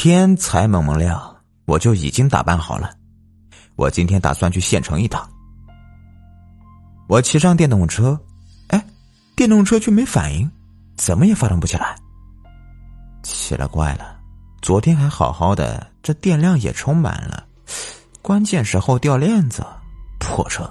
天才蒙蒙亮，我就已经打扮好了。我今天打算去县城一趟。我骑上电动车，电动车却没反应，怎么也发动不起来。奇了怪了，昨天还好好的，这电量也充满了，关键时候掉链子，破车。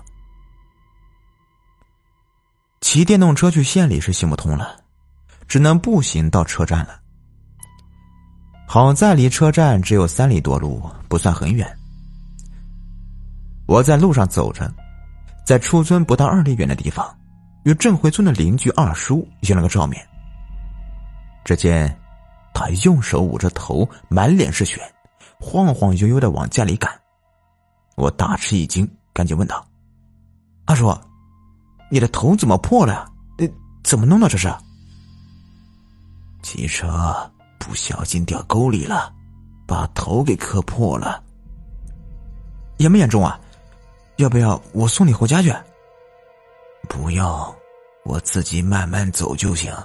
骑电动车去县里是行不通了，只能步行到车站了。好在离车站只有3里多路，不算很远。我在路上走着，在出村不到2里远的地方，与郑回村的邻居二叔有了个照面。只见他用手捂着头，满脸是血，晃晃悠悠地往家里赶。我大吃一惊，赶紧问道：“二叔，你的头怎么破了呀？怎么弄的这是？”骑车不小心掉沟里了，把头给磕破了。严不严重啊？要不要我送你回家去？不用，我自己慢慢走就行。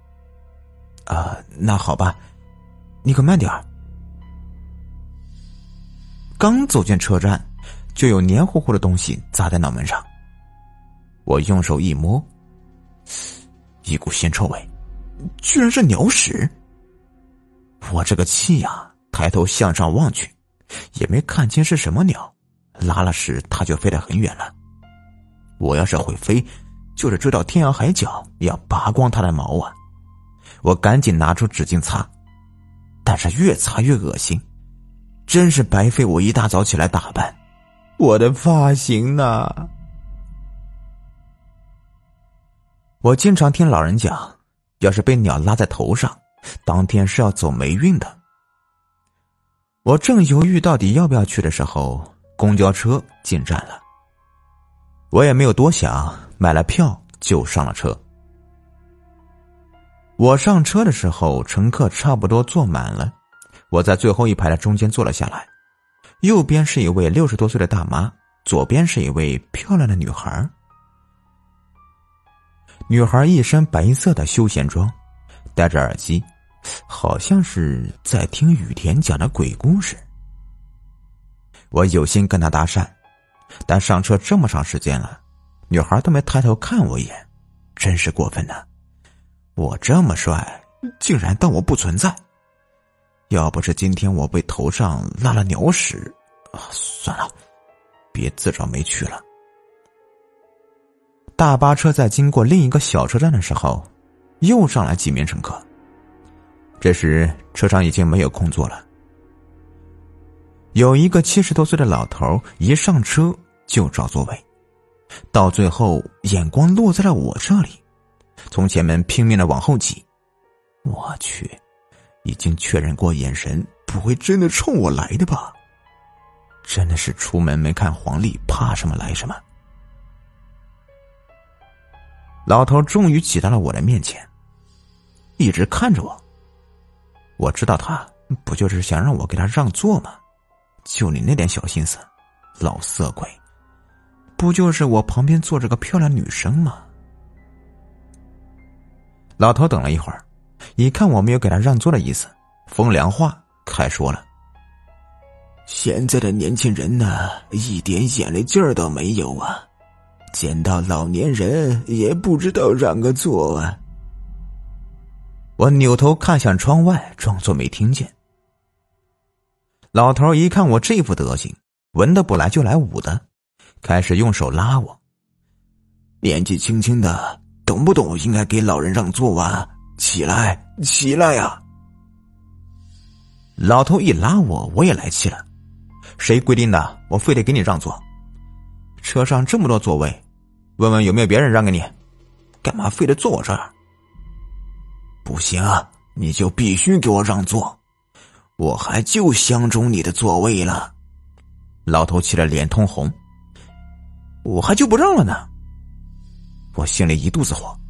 那好吧，你可慢点儿。刚走进车站，就有黏糊糊的东西砸在脑门上。我用手一摸，一股腥臭味，居然是鸟屎。我这个气呀，抬头向上望去，也没看清是什么鸟，拉了屎它就飞得很远了。我要是会飞，就是追到天涯海角也要拔光它的毛啊！我赶紧拿出纸巾擦，但是越擦越恶心，真是白费我一大早起来打扮。我的发型呢？我经常听老人讲，要是被鸟拉在头上，当天是要走霉运的。我正犹豫到底要不要去的时候，公交车进站了。我也没有多想，买了票就上了车。我上车的时候，乘客差不多坐满了，我在最后一排的中间坐了下来。右边是一位60多岁的大妈，左边是一位漂亮的女孩。女孩一身白色的休闲装，戴着耳机，好像是在听雨田讲的鬼故事。我有心跟她搭讪，但上车这么长时间了，女孩都没抬头看我一眼，真是过分呢。我这么帅，竟然当我不存在。要不是今天我被头上拉了鸟屎，算了，别自找没趣了。大巴车在经过另一个小车站的时候，又上来几名乘客。这时车上已经没有空座了。有一个70多岁的老头，一上车就找座位，到最后眼光落在了我这里，从前门拼命的往后挤。我去，已经确认过眼神，不会真的冲我来的吧？真的是出门没看黄历，怕什么来什么。老头终于挤到了我的面前，一直看着我。我知道他不就是想让我给他让座吗？就你那点小心思，老色鬼，不就是我旁边坐着个漂亮女生吗？老头等了一会儿，一看我没有给他让座的意思，风凉话开说了：现在的年轻人呢，一点眼力劲儿都没有啊，见到老年人也不知道让个座啊。我扭头看向窗外，装作没听见。老头一看我这副德行，闻得不来就来捂的，开始用手拉我。年纪轻轻的，懂不懂应该给老人让座啊？起来，起来呀！老头一拉我，我也来气了。谁规定的？我非得给你让座？车上这么多座位，问问有没有别人让给你？干嘛非得坐我这儿？不行啊，你就必须给我让座，我还就相中你的座位了。老头气得脸通红，我还就不让了呢。我心里一肚子火。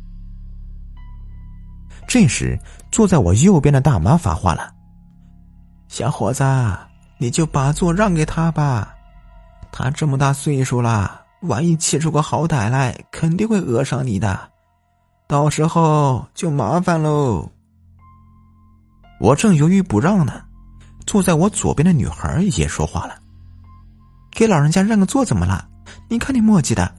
这时坐在我右边的大妈发话了：小伙子，你就把座让给他吧，他这么大岁数了，万一气出个好歹来，肯定会讹上你的，到时候就麻烦喽。我正犹豫不让呢， 坐在我左边的女孩也说话了：“给老人家让个座怎么了？你看你磨叽的。”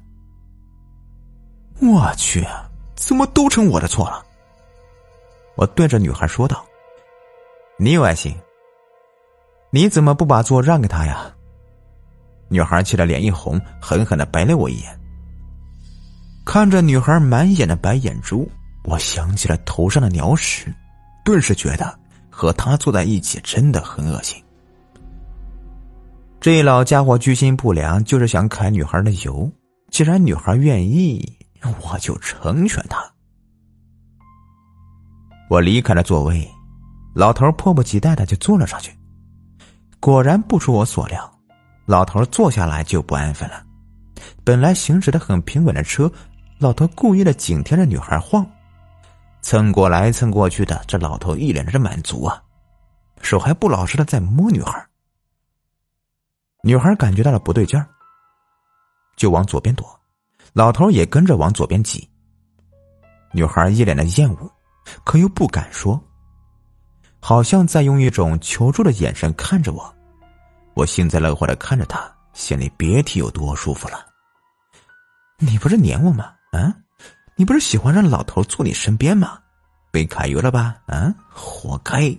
我去，怎么都成我的错了？我对着女孩说道：“你有爱心，你怎么不把座让给他呀？”女孩气得脸一红，狠狠地白了我一眼。看着女孩满眼的白眼珠，我想起了头上的鸟屎，顿时觉得和她坐在一起真的很恶心。这老家伙居心不良，就是想揩女孩的油。既然女孩愿意，我就成全她。我离开了座位，老头迫不及待的就坐了上去。果然不出我所料，老头坐下来就不安分了。本来行驶的很平稳的车，老头故意的紧贴着女孩晃，蹭过来蹭过去的，这老头一脸的满足啊，手还不老实的在摸女孩。女孩感觉到了不对劲儿，就往左边躲，老头也跟着往左边挤。女孩一脸的厌恶，可又不敢说，好像在用一种求助的眼神看着我。我幸灾乐祸的看着她，心里别提有多舒服了。你不是黏我吗？啊，你不是喜欢让老头坐你身边吗？被揩油了吧？啊，活该！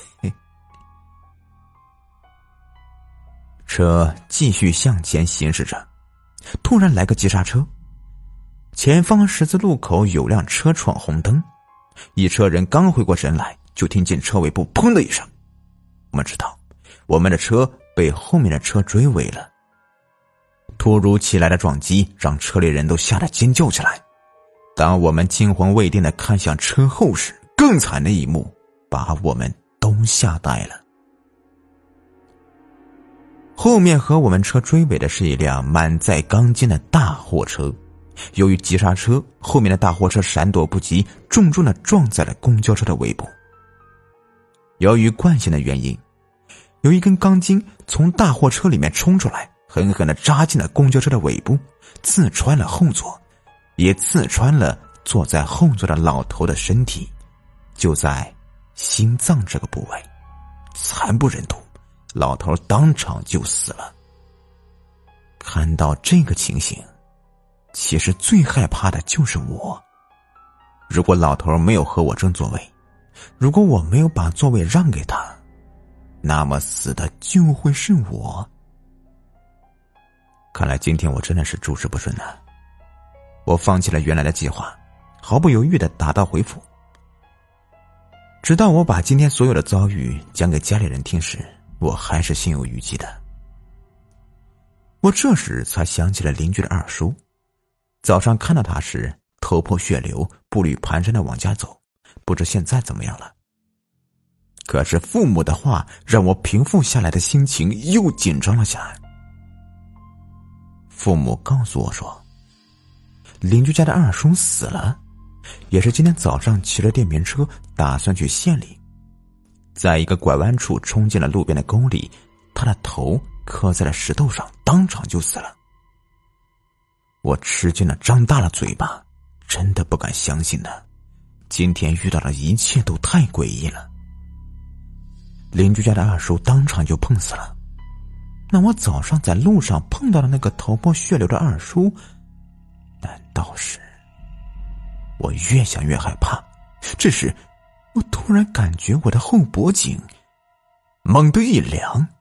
车继续向前行驶着，突然来个急刹车。前方十字路口有辆车闯红灯，一车人刚回过神来，就听见车尾部砰的一声。我们知道，我们的车被后面的车追尾了。突如其来的撞击让车里人都吓得尖叫起来。当我们惊魂未定地看向车后时，更惨的一幕把我们都吓呆了。后面和我们车追尾的是一辆满载钢筋的大货车，由于急刹车，后面的大货车闪躲不及，重重地撞在了公交车的尾部。由于惯性的原因，有一根钢筋从大货车里面冲出来，狠狠地扎进了公交车的尾部，刺穿了后座，也刺穿了坐在后座的老头的身体，就在心脏这个部位，惨不忍睹，老头当场就死了。看到这个情形，其实最害怕的就是我。如果老头没有和我争座位，如果我没有把座位让给他，那么死的就会是我。看来今天我真的是诸事不顺了。我放弃了原来的计划，毫不犹豫地打道回府。直到我把今天所有的遭遇讲给家里人听时，我还是心有余悸的。我这时才想起了邻居的二叔，早上看到他时头破血流，步履蹒跚地往家走，不知现在怎么样了。可是父母的话让我平复下来的心情又紧张了起来。父母告诉我说，邻居家的二叔死了，也是今天早上骑着电瓶车打算去县里，在一个拐弯处冲进了路边的沟里，他的头磕在了石头上，当场就死了。我吃惊的张大了嘴巴，真的不敢相信呢，今天遇到的一切都太诡异了。邻居家的二叔当场就碰死了，那我早上在路上碰到的那个头破血流的二叔，难道是……我越想越害怕。这时我突然感觉我的后脖颈猛地一凉，